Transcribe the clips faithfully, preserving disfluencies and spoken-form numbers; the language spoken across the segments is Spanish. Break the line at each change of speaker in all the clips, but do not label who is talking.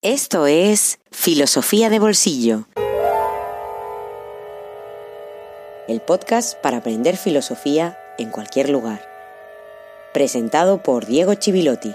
Esto es Filosofía de Bolsillo, el podcast para aprender filosofía en cualquier lugar. Presentado por Diego Chivilotti.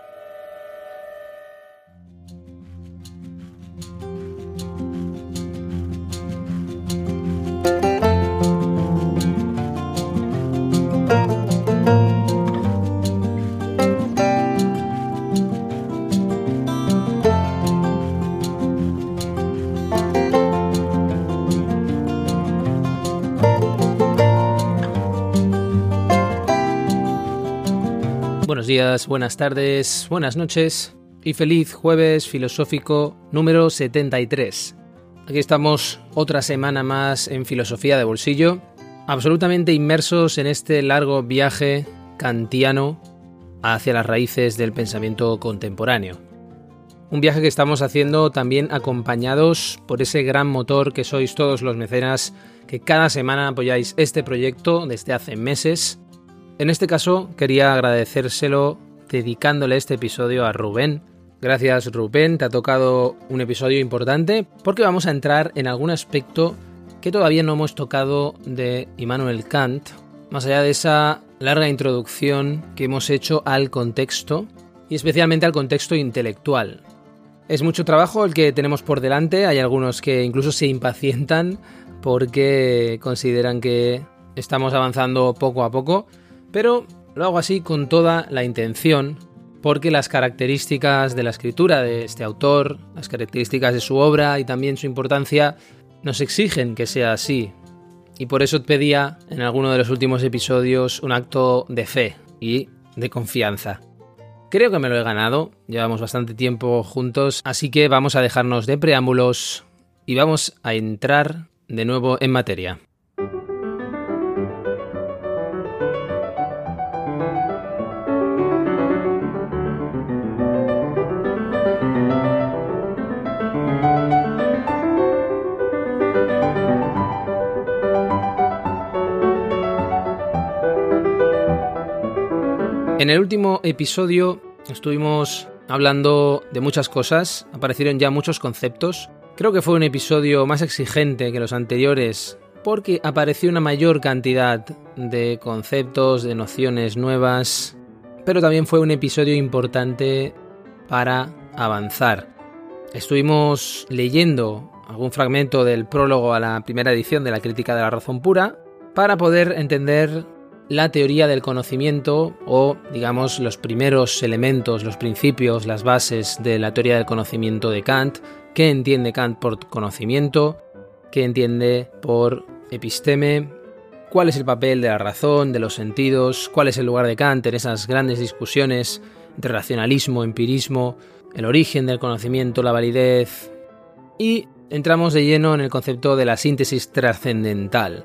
Buenos días, buenas tardes, buenas noches y feliz jueves filosófico número setenta y tres. Aquí estamos otra semana más en Filosofía de Bolsillo, absolutamente inmersos en este largo viaje kantiano hacia las raíces del pensamiento contemporáneo. Un viaje que estamos haciendo también acompañados por ese gran motor que sois todos los mecenas que cada semana apoyáis este proyecto desde hace meses. En este caso quería agradecérselo dedicándole este episodio a Rubén. Gracias, Rubén, te ha tocado un episodio importante porque vamos a entrar en algún aspecto que todavía no hemos tocado de Immanuel Kant, más allá de esa larga introducción que hemos hecho al contexto y especialmente al contexto intelectual. Es mucho trabajo el que tenemos por delante, hay algunos que incluso se impacientan porque consideran que estamos avanzando poco a poco, pero lo hago así con toda la intención, porque las características de la escritura de este autor, las características de su obra y también su importancia nos exigen que sea así. Y por eso pedía en alguno de los últimos episodios un acto de fe y de confianza. Creo que me lo he ganado, llevamos bastante tiempo juntos, así que vamos a dejarnos de preámbulos y vamos a entrar de nuevo en materia. En el último episodio estuvimos hablando de muchas cosas, aparecieron ya muchos conceptos. Creo que fue un episodio más exigente que los anteriores porque apareció una mayor cantidad de conceptos, de nociones nuevas, pero también fue un episodio importante para avanzar. Estuvimos leyendo algún fragmento del prólogo a la primera edición de la Crítica de la Razón Pura para poder entender la teoría del conocimiento o, digamos, los primeros elementos, los principios, las bases de la teoría del conocimiento de Kant. ¿Qué entiende Kant por conocimiento? ¿Qué entiende por episteme? ¿Cuál es el papel de la razón, de los sentidos? ¿Cuál es el lugar de Kant en esas grandes discusiones entre racionalismo, empirismo, el origen del conocimiento, la validez? Y entramos de lleno en el concepto de la síntesis trascendental.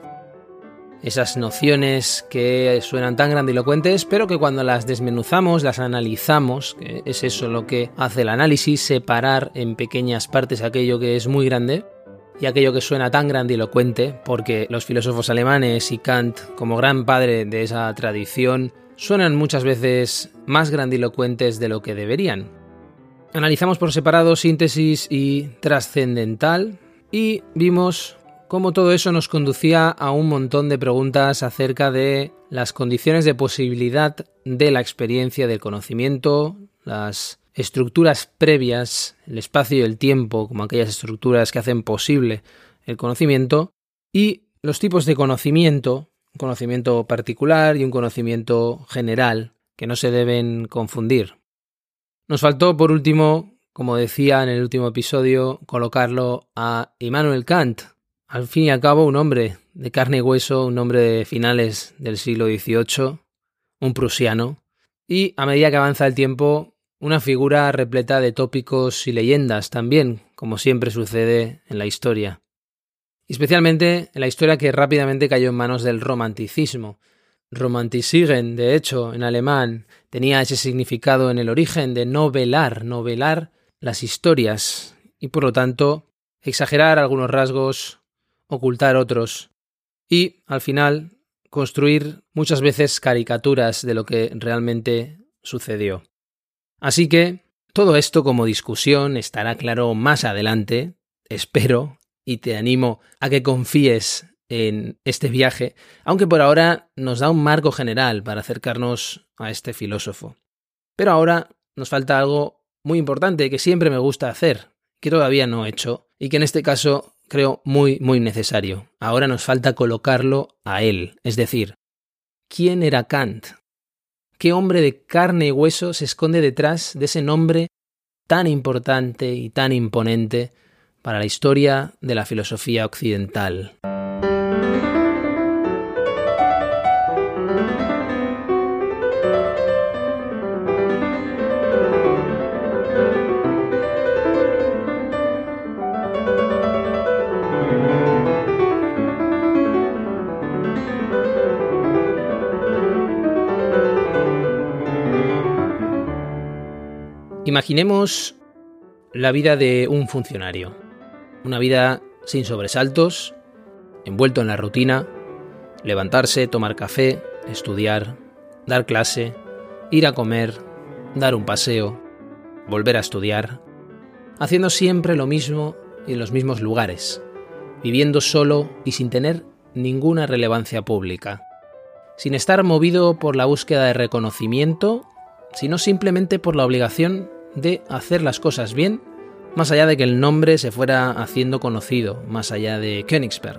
Esas nociones que suenan tan grandilocuentes, pero que cuando las desmenuzamos, las analizamos, que es eso lo que hace el análisis, separar en pequeñas partes aquello que es muy grande y aquello que suena tan grandilocuente, porque los filósofos alemanes y Kant, como gran padre de esa tradición, suenan muchas veces más grandilocuentes de lo que deberían. Analizamos por separado síntesis y trascendental y vimos cómo todo eso nos conducía a un montón de preguntas acerca de las condiciones de posibilidad de la experiencia del conocimiento, las estructuras previas, el espacio y el tiempo, como aquellas estructuras que hacen posible el conocimiento, y los tipos de conocimiento, un conocimiento particular y un conocimiento general, que no se deben confundir. Nos faltó, por último, como decía en el último episodio, colocarlo a Immanuel Kant. Al fin y al cabo, un hombre de carne y hueso, un hombre de finales del siglo dieciocho, un prusiano, y a medida que avanza el tiempo, una figura repleta de tópicos y leyendas también, como siempre sucede en la historia. Y especialmente en la historia que rápidamente cayó en manos del romanticismo. Romantisieren, de hecho, en alemán, tenía ese significado en el origen de novelar, novelar las historias, y por lo tanto, exagerar algunos rasgos, ocultar otros y, al final, construir muchas veces caricaturas de lo que realmente sucedió. Así que Todo esto como discusión estará claro más adelante, espero, y te animo a que confíes en este viaje, aunque por ahora nos da un marco general para acercarnos a este filósofo. Pero ahora nos falta algo muy importante que siempre me gusta hacer, que todavía no he hecho, y que en este caso creo muy, muy necesario. Ahora nos falta colocarlo a él, es decir, ¿quién era Kant? ¿Qué hombre de carne y hueso se esconde detrás de ese nombre tan importante y tan imponente para la historia de la filosofía occidental? Imaginemos la vida de un funcionario, una vida sin sobresaltos, envuelto en la rutina, levantarse, tomar café, estudiar, dar clase, ir a comer, dar un paseo, volver a estudiar, haciendo siempre lo mismo y en los mismos lugares, viviendo solo y sin tener ninguna relevancia pública, sin estar movido por la búsqueda de reconocimiento, sino simplemente por la obligación de hacer las cosas bien, más allá de que el nombre se fuera haciendo conocido, más allá de Königsberg.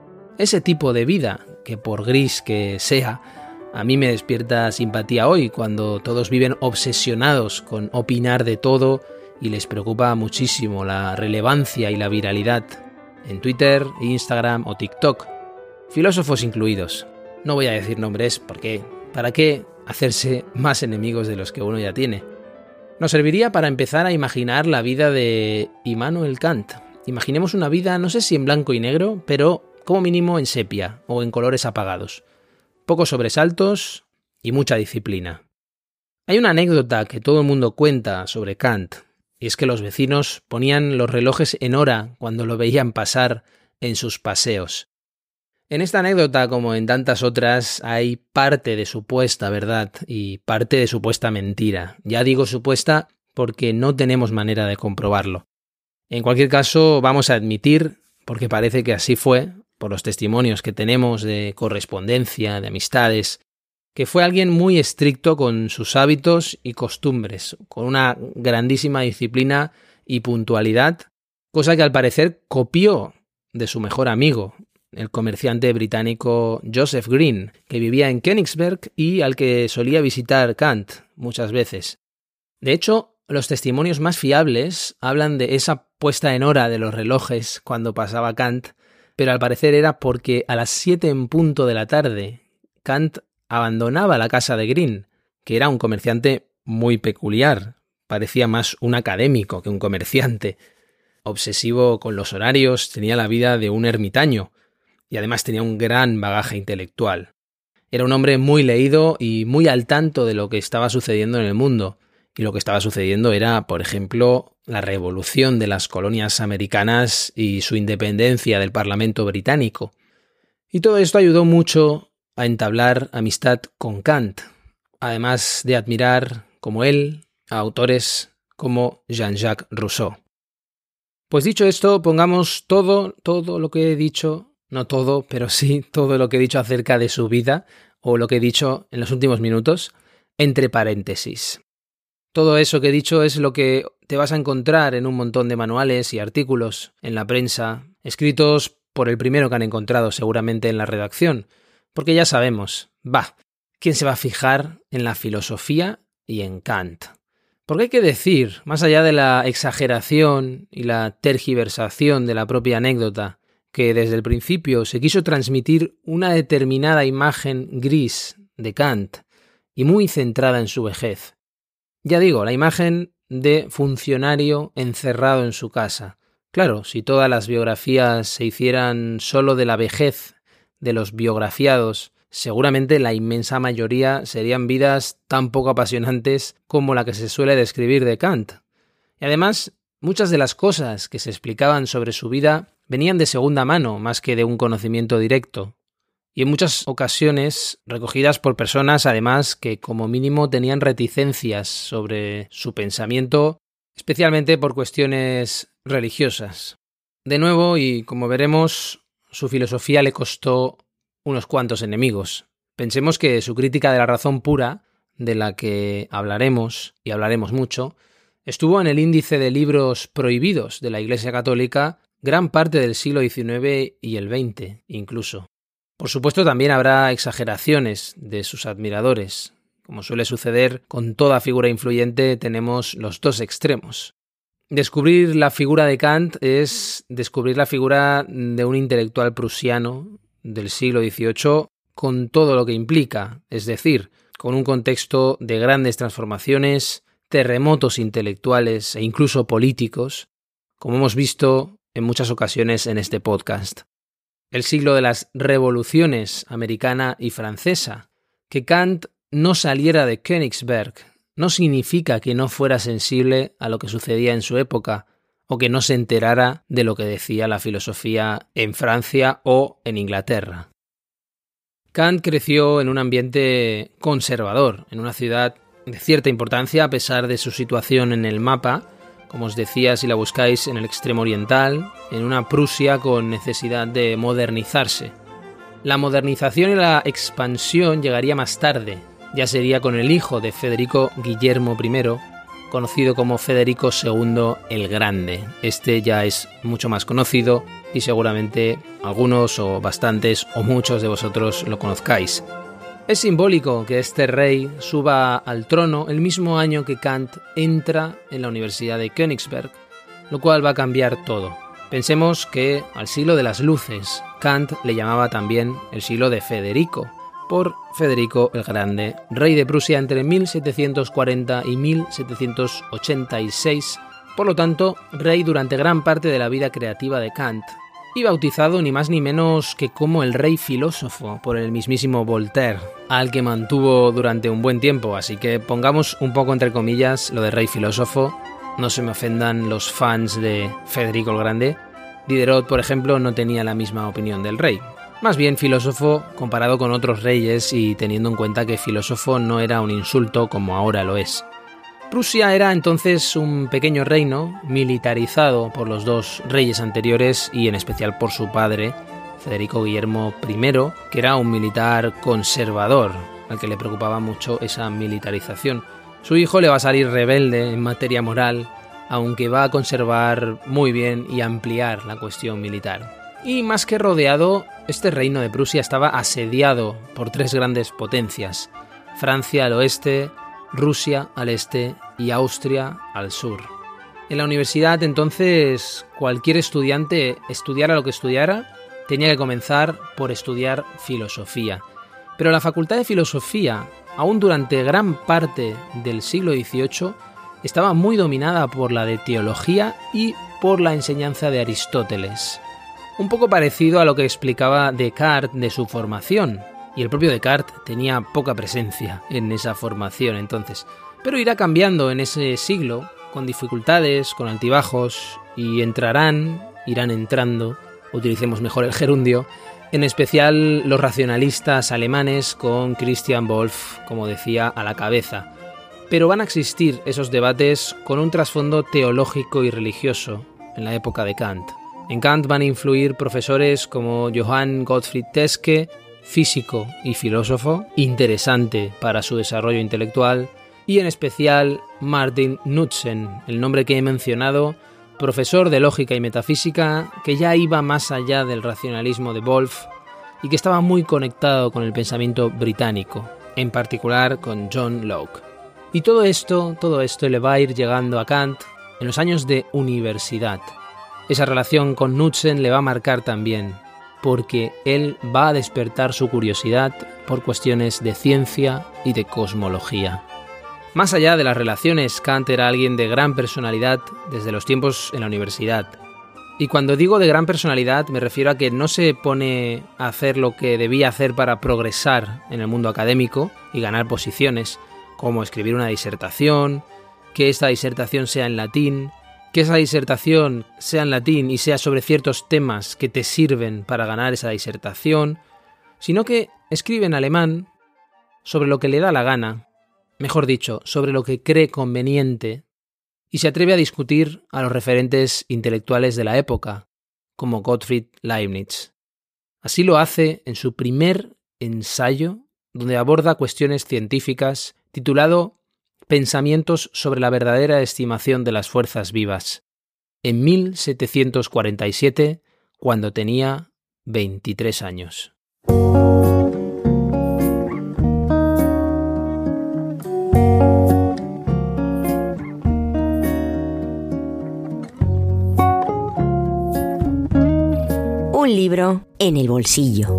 Ese tipo de vida, que por gris que sea, a mí me despierta simpatía hoy, cuando todos viven obsesionados con opinar de todo y les preocupa muchísimo la relevancia y la viralidad en Twitter, Instagram o TikTok, filósofos incluidos. No voy a decir nombres porque ¿para qué hacerse más enemigos de los que uno ya tiene? Nos serviría para empezar a imaginar la vida de Immanuel Kant. Imaginemos una vida, no sé si en blanco y negro, pero como mínimo en sepia o en colores apagados. Pocos sobresaltos y mucha disciplina. Hay una anécdota que todo el mundo cuenta sobre Kant, y es que los vecinos ponían los relojes en hora cuando lo veían pasar en sus paseos. En esta anécdota, como en tantas otras, hay parte de supuesta verdad y parte de supuesta mentira. Ya digo supuesta porque no tenemos manera de comprobarlo. En cualquier caso, vamos a admitir, porque parece que así fue, por los testimonios que tenemos de correspondencia, de amistades, que fue alguien muy estricto con sus hábitos y costumbres, con una grandísima disciplina y puntualidad, cosa que al parecer copió de su mejor amigo, el comerciante británico Joseph Green, que vivía en Königsberg y al que solía visitar Kant muchas veces. De hecho, los testimonios más fiables hablan de esa puesta en hora de los relojes cuando pasaba Kant, pero al parecer era porque a las siete en punto de la tarde Kant abandonaba la casa de Green, que era un comerciante muy peculiar, parecía más un académico que un comerciante. Obsesivo con los horarios, tenía la vida de un ermitaño, y además tenía un gran bagaje intelectual. Era un hombre muy leído y muy al tanto de lo que estaba sucediendo en el mundo. Y lo que estaba sucediendo era, por ejemplo, la revolución de las colonias americanas y su independencia del Parlamento británico. Y todo esto ayudó mucho a entablar amistad con Kant, además de admirar, como él, a autores como Jean-Jacques Rousseau. Pues dicho esto, pongamos todo, todo lo que he dicho, no todo, pero sí todo lo que he dicho acerca de su vida, o lo que he dicho en los últimos minutos, entre paréntesis. Todo eso que he dicho es lo que te vas a encontrar en un montón de manuales y artículos en la prensa, escritos por el primero que han encontrado seguramente en la redacción, porque ya sabemos, bah, ¿quién se va a fijar en la filosofía y en Kant? Porque hay que decir, más allá de la exageración y la tergiversación de la propia anécdota, que desde el principio se quiso transmitir una determinada imagen gris de Kant y muy centrada en su vejez. Ya digo, la imagen de funcionario encerrado en su casa. Claro, si todas las biografías se hicieran solo de la vejez de los biografiados, seguramente la inmensa mayoría serían vidas tan poco apasionantes como la que se suele describir de Kant. Y además, muchas de las cosas que se explicaban sobre su vida venían de segunda mano más que de un conocimiento directo. y en muchas ocasiones recogidas por personas además que como mínimo tenían reticencias sobre su pensamiento, especialmente por cuestiones religiosas. De nuevo, y como veremos, su filosofía le costó unos cuantos enemigos. Pensemos que su crítica de la razón pura, de la que hablaremos, y hablaremos mucho, estuvo en el índice de libros prohibidos de la Iglesia Católica gran parte del siglo diecinueve y el veinte, incluso. Por supuesto, también habrá exageraciones de sus admiradores. Como suele suceder con toda figura influyente, tenemos los dos extremos. Descubrir la figura de Kant es descubrir la figura de un intelectual prusiano del siglo dieciocho con todo lo que implica, es decir, con un contexto de grandes transformaciones, terremotos intelectuales e incluso políticos, como hemos visto en muchas ocasiones en este podcast. El siglo de las revoluciones americana y francesa. Que Kant no saliera de Königsberg no significa que no fuera sensible a lo que sucedía en su época o que no se enterara de lo que decía la filosofía en Francia o en Inglaterra. Kant creció en un ambiente conservador, en una ciudad de cierta importancia a pesar de su situación en el mapa, como os decía, si la buscáis en el extremo oriental, en una Prusia con necesidad de modernizarse. La modernización y la expansión llegaría más tarde, ya sería con el hijo de Federico Guillermo primero, conocido como Federico segundo el Grande. Este ya es mucho más conocido y seguramente algunos o bastantes o muchos de vosotros lo conozcáis. Es simbólico que este rey suba al trono el mismo año que Kant entra en la Universidad de Königsberg, lo cual va a cambiar todo. Pensemos que al siglo de las luces, Kant le llamaba también el siglo de Federico, por Federico el Grande, rey de Prusia entre mil setecientos cuarenta y mil setecientos ochenta y seis, por lo tanto, rey durante gran parte de la vida creativa de Kant, y bautizado ni más ni menos que como el rey filósofo por el mismísimo Voltaire, al que mantuvo durante un buen tiempo, así que pongamos un poco entre comillas lo de rey filósofo, no se me ofendan los fans de Federico el Grande. Diderot, por ejemplo, no tenía la misma opinión del rey. Más bien filósofo comparado con otros reyes y teniendo en cuenta que filósofo no era un insulto como ahora lo es. Prusia era entonces un pequeño reino militarizado por los dos reyes anteriores y en especial por su padre, Federico Guillermo primero, que era un militar conservador, al que le preocupaba mucho esa militarización. Su hijo le va a salir rebelde en materia moral, aunque va a conservar muy bien y ampliar la cuestión militar. Y más que rodeado, este reino de Prusia estaba asediado por tres grandes potencias: Francia al oeste, Rusia al este y Austria al sur. En la universidad entonces cualquier estudiante, estudiara lo que estudiara, tenía que comenzar por estudiar filosofía. Pero la Facultad de Filosofía, aún durante gran parte del siglo dieciocho, estaba muy dominada por la de teología y por la enseñanza de Aristóteles. Un poco parecido a lo que explicaba Descartes de su formación, y el propio Descartes tenía poca presencia en esa formación entonces, pero irá cambiando en ese siglo, con dificultades, con altibajos, y entrarán, irán entrando, utilicemos mejor el gerundio, en especial los racionalistas alemanes con Christian Wolff, como decía, a la cabeza. Pero van a existir esos debates con un trasfondo teológico y religioso en la época de Kant. En Kant van a influir profesores como Johann Gottfried Teske, físico y filósofo, interesante para su desarrollo intelectual, y en especial Martin Knudsen, el nombre que he mencionado, profesor de lógica y metafísica, que ya iba más allá del racionalismo de Wolff y que estaba muy conectado con el pensamiento británico, en particular con John Locke. Y todo esto, todo esto le va a ir llegando a Kant en los años de universidad. Esa relación con Knudsen le va a marcar también, porque él va a despertar su curiosidad por cuestiones de ciencia y de cosmología. Más allá de las relaciones, Kant era alguien de gran personalidad desde los tiempos en la universidad. Y cuando digo de gran personalidad me refiero a que no se pone a hacer lo que debía hacer para progresar en el mundo académico y ganar posiciones, como escribir una disertación, que esta disertación sea en latín, que esa disertación sea en latín y sea sobre ciertos temas que te sirven para ganar esa disertación, sino que escribe en alemán sobre lo que le da la gana, mejor dicho, sobre lo que cree conveniente, y se atreve a discutir a los referentes intelectuales de la época, como Gottfried Leibniz. Así lo hace en su primer ensayo, donde aborda cuestiones científicas, titulado Pensamientos sobre la verdadera estimación de las fuerzas vivas, en mil setecientos cuarenta y siete, cuando tenía veintitrés años.
Un libro en el bolsillo.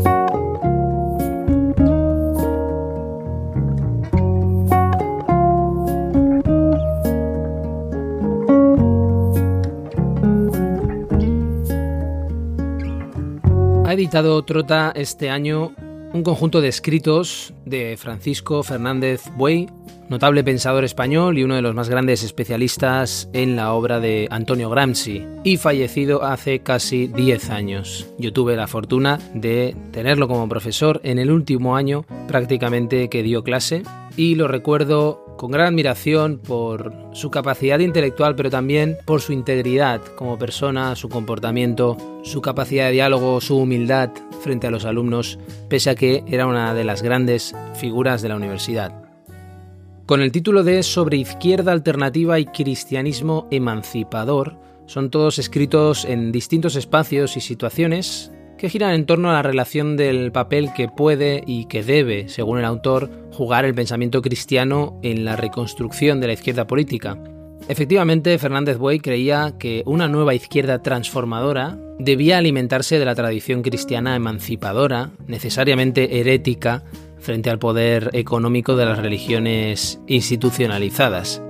Ha editado Trota este año un conjunto de escritos de Francisco Fernández Buey, notable pensador español y uno de los más grandes especialistas en la obra de Antonio Gramsci, y fallecido hace casi diez años. Yo tuve la fortuna de tenerlo como profesor en el último año prácticamente que dio clase, y lo recuerdo con gran admiración por su capacidad intelectual, pero también por su integridad como persona, su comportamiento, su capacidad de diálogo, su humildad frente a los alumnos, pese a que era una de las grandes figuras de la universidad. Con el título de Sobre izquierda alternativa y cristianismo emancipador, son todos escritos en distintos espacios y situaciones que giran en torno a la relación del papel que puede y que debe, según el autor, jugar el pensamiento cristiano en la reconstrucción de la izquierda política. Efectivamente, Fernández Buey creía que una nueva izquierda transformadora debía alimentarse de la tradición cristiana emancipadora, necesariamente herética, frente al poder económico de las religiones institucionalizadas.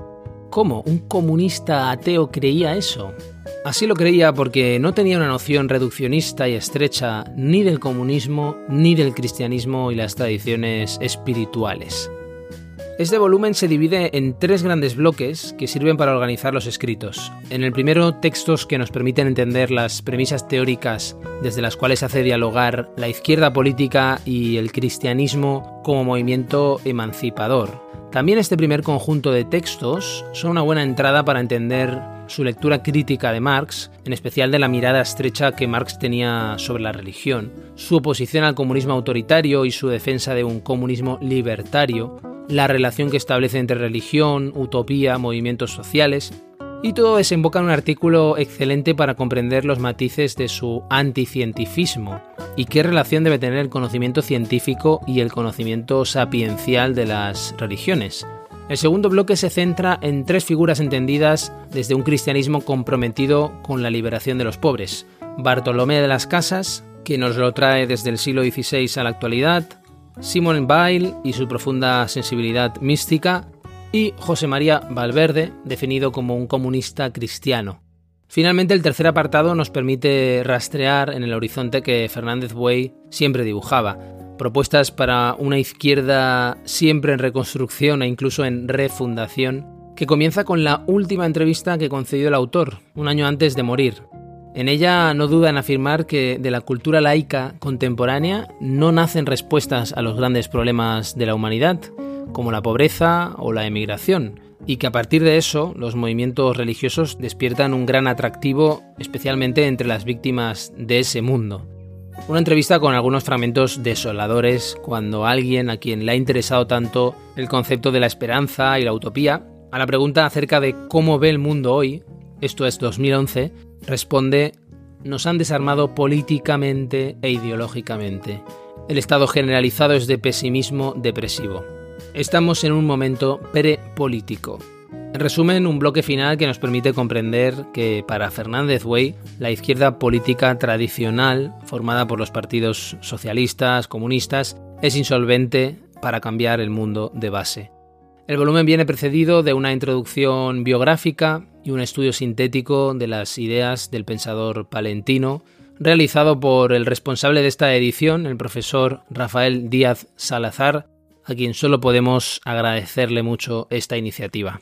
¿Cómo un comunista ateo creía eso? Así lo creía porque no tenía una noción reduccionista y estrecha ni del comunismo ni del cristianismo y las tradiciones espirituales. Este volumen se divide en tres grandes bloques que sirven para organizar los escritos. En el primero, textos que nos permiten entender las premisas teóricas desde las cuales hace dialogar la izquierda política y el cristianismo como movimiento emancipador. También este primer conjunto de textos son una buena entrada para entender su lectura crítica de Marx, en especial de la mirada estrecha que Marx tenía sobre la religión, su oposición al comunismo autoritario y su defensa de un comunismo libertario, la relación que establece entre religión, utopía, movimientos sociales, y todo desemboca en un artículo excelente para comprender los matices de su anticientifismo y qué relación debe tener el conocimiento científico y el conocimiento sapiencial de las religiones. El segundo bloque se centra en tres figuras entendidas desde un cristianismo comprometido con la liberación de los pobres. Bartolomé de las Casas, que nos lo trae desde el siglo dieciséis a la actualidad, Simone Weil y su profunda sensibilidad mística, y José María Valverde, definido como un comunista cristiano. Finalmente, el tercer apartado nos permite rastrear en el horizonte que Fernández Buey siempre dibujaba, propuestas para una izquierda siempre en reconstrucción e incluso en refundación, que comienza con la última entrevista que concedió el autor, un año antes de morir. En ella no duda en afirmar que de la cultura laica contemporánea no nacen respuestas a los grandes problemas de la humanidad, como la pobreza o la emigración, y que a partir de eso los movimientos religiosos despiertan un gran atractivo, especialmente entre las víctimas de ese mundo. Una entrevista con algunos fragmentos desoladores cuando alguien a quien le ha interesado tanto el concepto de la esperanza y la utopía, a la pregunta acerca de cómo ve el mundo hoy, esto es dos mil once, responde: nos han desarmado políticamente e ideológicamente. El estado generalizado es de pesimismo depresivo. Estamos en un momento prepolítico. En resumen, un bloque final que nos permite comprender que para Fernández Buey, la izquierda política tradicional, formada por los partidos socialistas, comunistas, es insolvente para cambiar el mundo de base. El volumen viene precedido de una introducción biográfica y un estudio sintético de las ideas del pensador palentino, realizado por el responsable de esta edición, el profesor Rafael Díaz Salazar, a quien solo podemos agradecerle mucho esta iniciativa.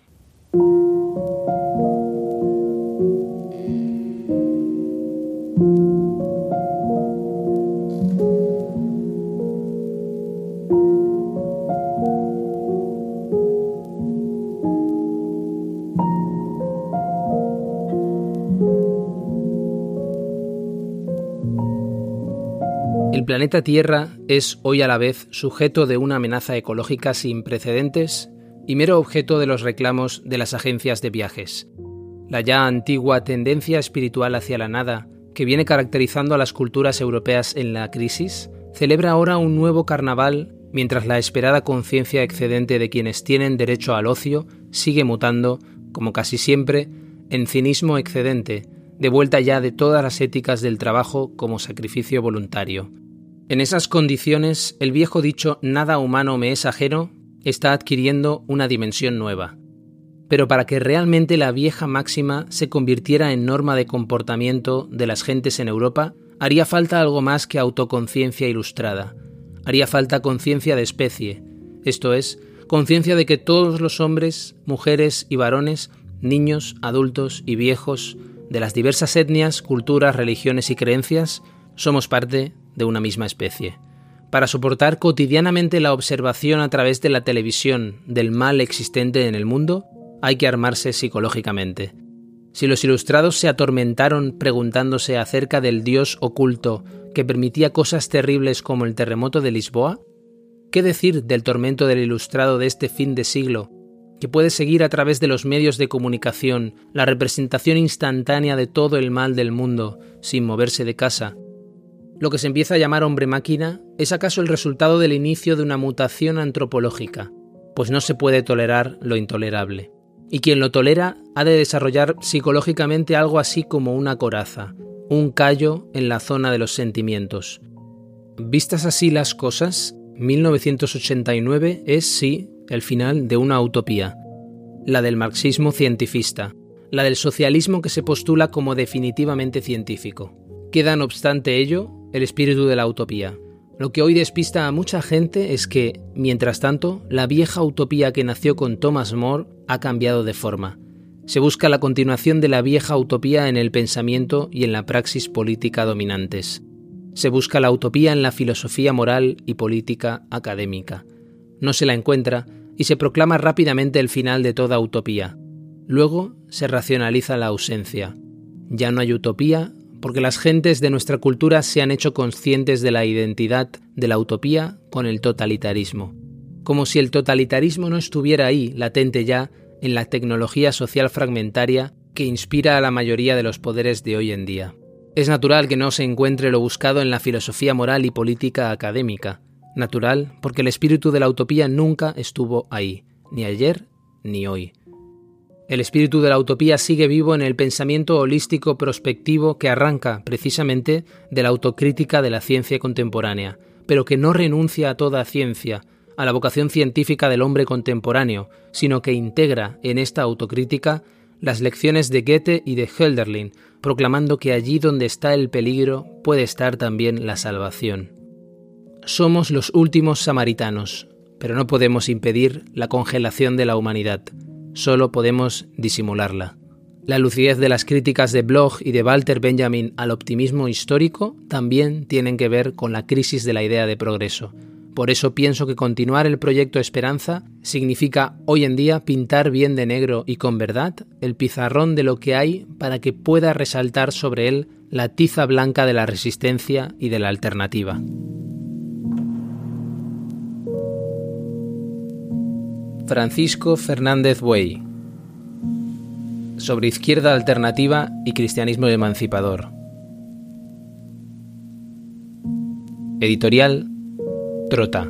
El planeta Tierra es hoy a la vez sujeto de una amenaza ecológica sin precedentes y mero objeto de los reclamos de las agencias de viajes. La ya antigua tendencia espiritual hacia la nada, que viene caracterizando a las culturas europeas en la crisis, celebra ahora un nuevo carnaval, mientras la esperada conciencia excedente de quienes tienen derecho al ocio sigue mutando, como casi siempre, en cinismo excedente, de vuelta ya de todas las éticas del trabajo como sacrificio voluntario. En esas condiciones, el viejo dicho «nada humano me es ajeno» está adquiriendo una dimensión nueva. Pero para que realmente la vieja máxima se convirtiera en norma de comportamiento de las gentes en Europa, haría falta algo más que autoconciencia ilustrada. Haría falta conciencia de especie, esto es, conciencia de que todos los hombres, mujeres y varones, niños, adultos y viejos, de las diversas etnias, culturas, religiones y creencias, somos parte de una misma especie. Para soportar cotidianamente la observación a través de la televisión del mal existente en el mundo, hay que armarse psicológicamente. Si los ilustrados se atormentaron preguntándose acerca del dios oculto que permitía cosas terribles como el terremoto de Lisboa, ¿qué decir del tormento del ilustrado de este fin de siglo, que puede seguir a través de los medios de comunicación la representación instantánea de todo el mal del mundo sin moverse de casa? Lo que se empieza a llamar hombre-máquina es acaso el resultado del inicio de una mutación antropológica, pues no se puede tolerar lo intolerable. Y quien lo tolera ha de desarrollar psicológicamente algo así como una coraza, un callo en la zona de los sentimientos. Vistas así las cosas, mil novecientos ochenta y nueve es, sí, el final de una utopía, la del marxismo cientifista, la del socialismo que se postula como definitivamente científico. Queda, no obstante ello, el espíritu de la utopía. Lo que hoy despista a mucha gente es que, mientras tanto, la vieja utopía que nació con Thomas More ha cambiado de forma. Se busca la continuación de la vieja utopía en el pensamiento y en la praxis política dominantes. Se busca la utopía en la filosofía moral y política académica. No se la encuentra y se proclama rápidamente el final de toda utopía. Luego se racionaliza la ausencia. Ya no hay utopía porque las gentes de nuestra cultura se han hecho conscientes de la identidad de la utopía con el totalitarismo. Como si el totalitarismo no estuviera ahí, latente ya, en la tecnología social fragmentaria que inspira a la mayoría de los poderes de hoy en día. Es natural que no se encuentre lo buscado en la filosofía moral y política académica. Natural porque el espíritu de la utopía nunca estuvo ahí, ni ayer ni hoy. El espíritu de la utopía sigue vivo en el pensamiento holístico prospectivo que arranca, precisamente, de la autocrítica de la ciencia contemporánea, pero que no renuncia a toda ciencia, a la vocación científica del hombre contemporáneo, sino que integra en esta autocrítica las lecciones de Goethe y de Hölderlin, proclamando que allí donde está el peligro puede estar también la salvación. Somos los últimos samaritanos, pero no podemos impedir la congelación de la humanidad. Solo podemos disimularla. La lucidez de las críticas de Bloch y de Walter Benjamin al optimismo histórico también tienen que ver con la crisis de la idea de progreso. Por eso pienso que continuar el proyecto Esperanza significa hoy en día pintar bien de negro y con verdad el pizarrón de lo que hay para que pueda resaltar sobre él la tiza blanca de la resistencia y de la alternativa. Francisco Fernández Buey. Sobre izquierda alternativa y cristianismo emancipador. Editorial Trota.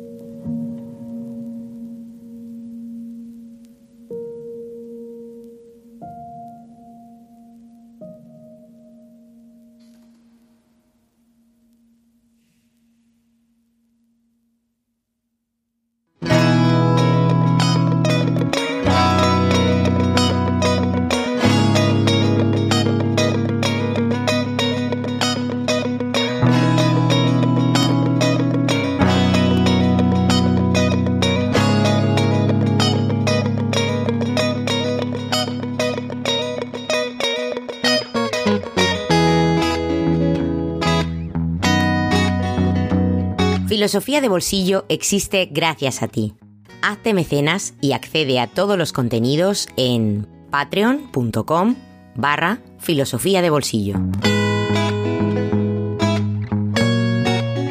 Filosofía de Bolsillo existe gracias a ti. Hazte mecenas y accede a todos los contenidos en patreon.com barra filosofía de bolsillo.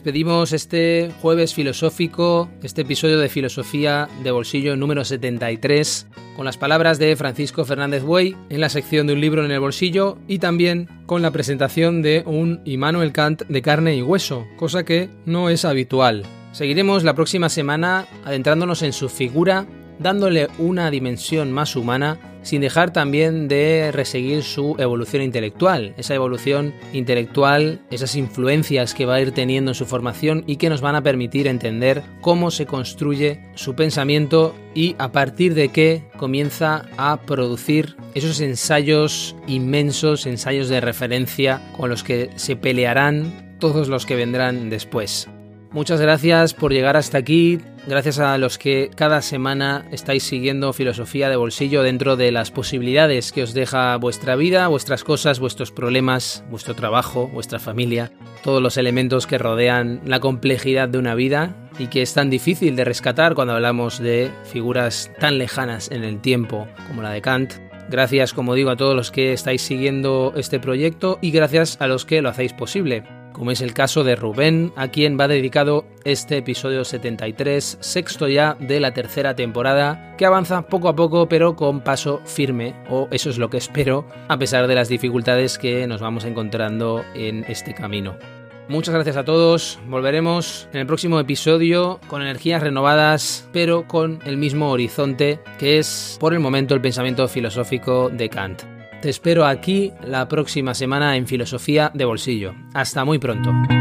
despedimos este jueves filosófico, este episodio de Filosofía de Bolsillo número setenta y tres, con las palabras de Francisco Fernández Buey en la sección de Un libro en el bolsillo y también con la presentación de un Immanuel Kant de carne y hueso, cosa que no es habitual. Seguiremos la próxima semana adentrándonos en su figura, dándole una dimensión más humana, sin dejar también de reseguir su evolución intelectual, esa evolución intelectual, esas influencias que va a ir teniendo en su formación y que nos van a permitir entender cómo se construye su pensamiento y a partir de qué comienza a producir esos ensayos inmensos, ensayos de referencia con los que se pelearán todos los que vendrán después. Muchas gracias por llegar hasta aquí, gracias a los que cada semana estáis siguiendo Filosofía de Bolsillo dentro de las posibilidades que os deja vuestra vida, vuestras cosas, vuestros problemas, vuestro trabajo, vuestra familia, todos los elementos que rodean la complejidad de una vida y que es tan difícil de rescatar cuando hablamos de figuras tan lejanas en el tiempo como la de Kant. Gracias, como digo, a todos los que estáis siguiendo este proyecto y gracias a los que lo hacéis posible, como es el caso de Rubén, a quien va dedicado este episodio setenta y tres, sexto ya de la tercera temporada, que avanza poco a poco pero con paso firme, o eso es lo que espero, a pesar de las dificultades que nos vamos encontrando en este camino. Muchas gracias a todos, volveremos en el próximo episodio con energías renovadas, pero con el mismo horizonte que es por el momento el pensamiento filosófico de Kant. Te espero aquí la próxima semana en Filosofía de Bolsillo. Hasta muy pronto.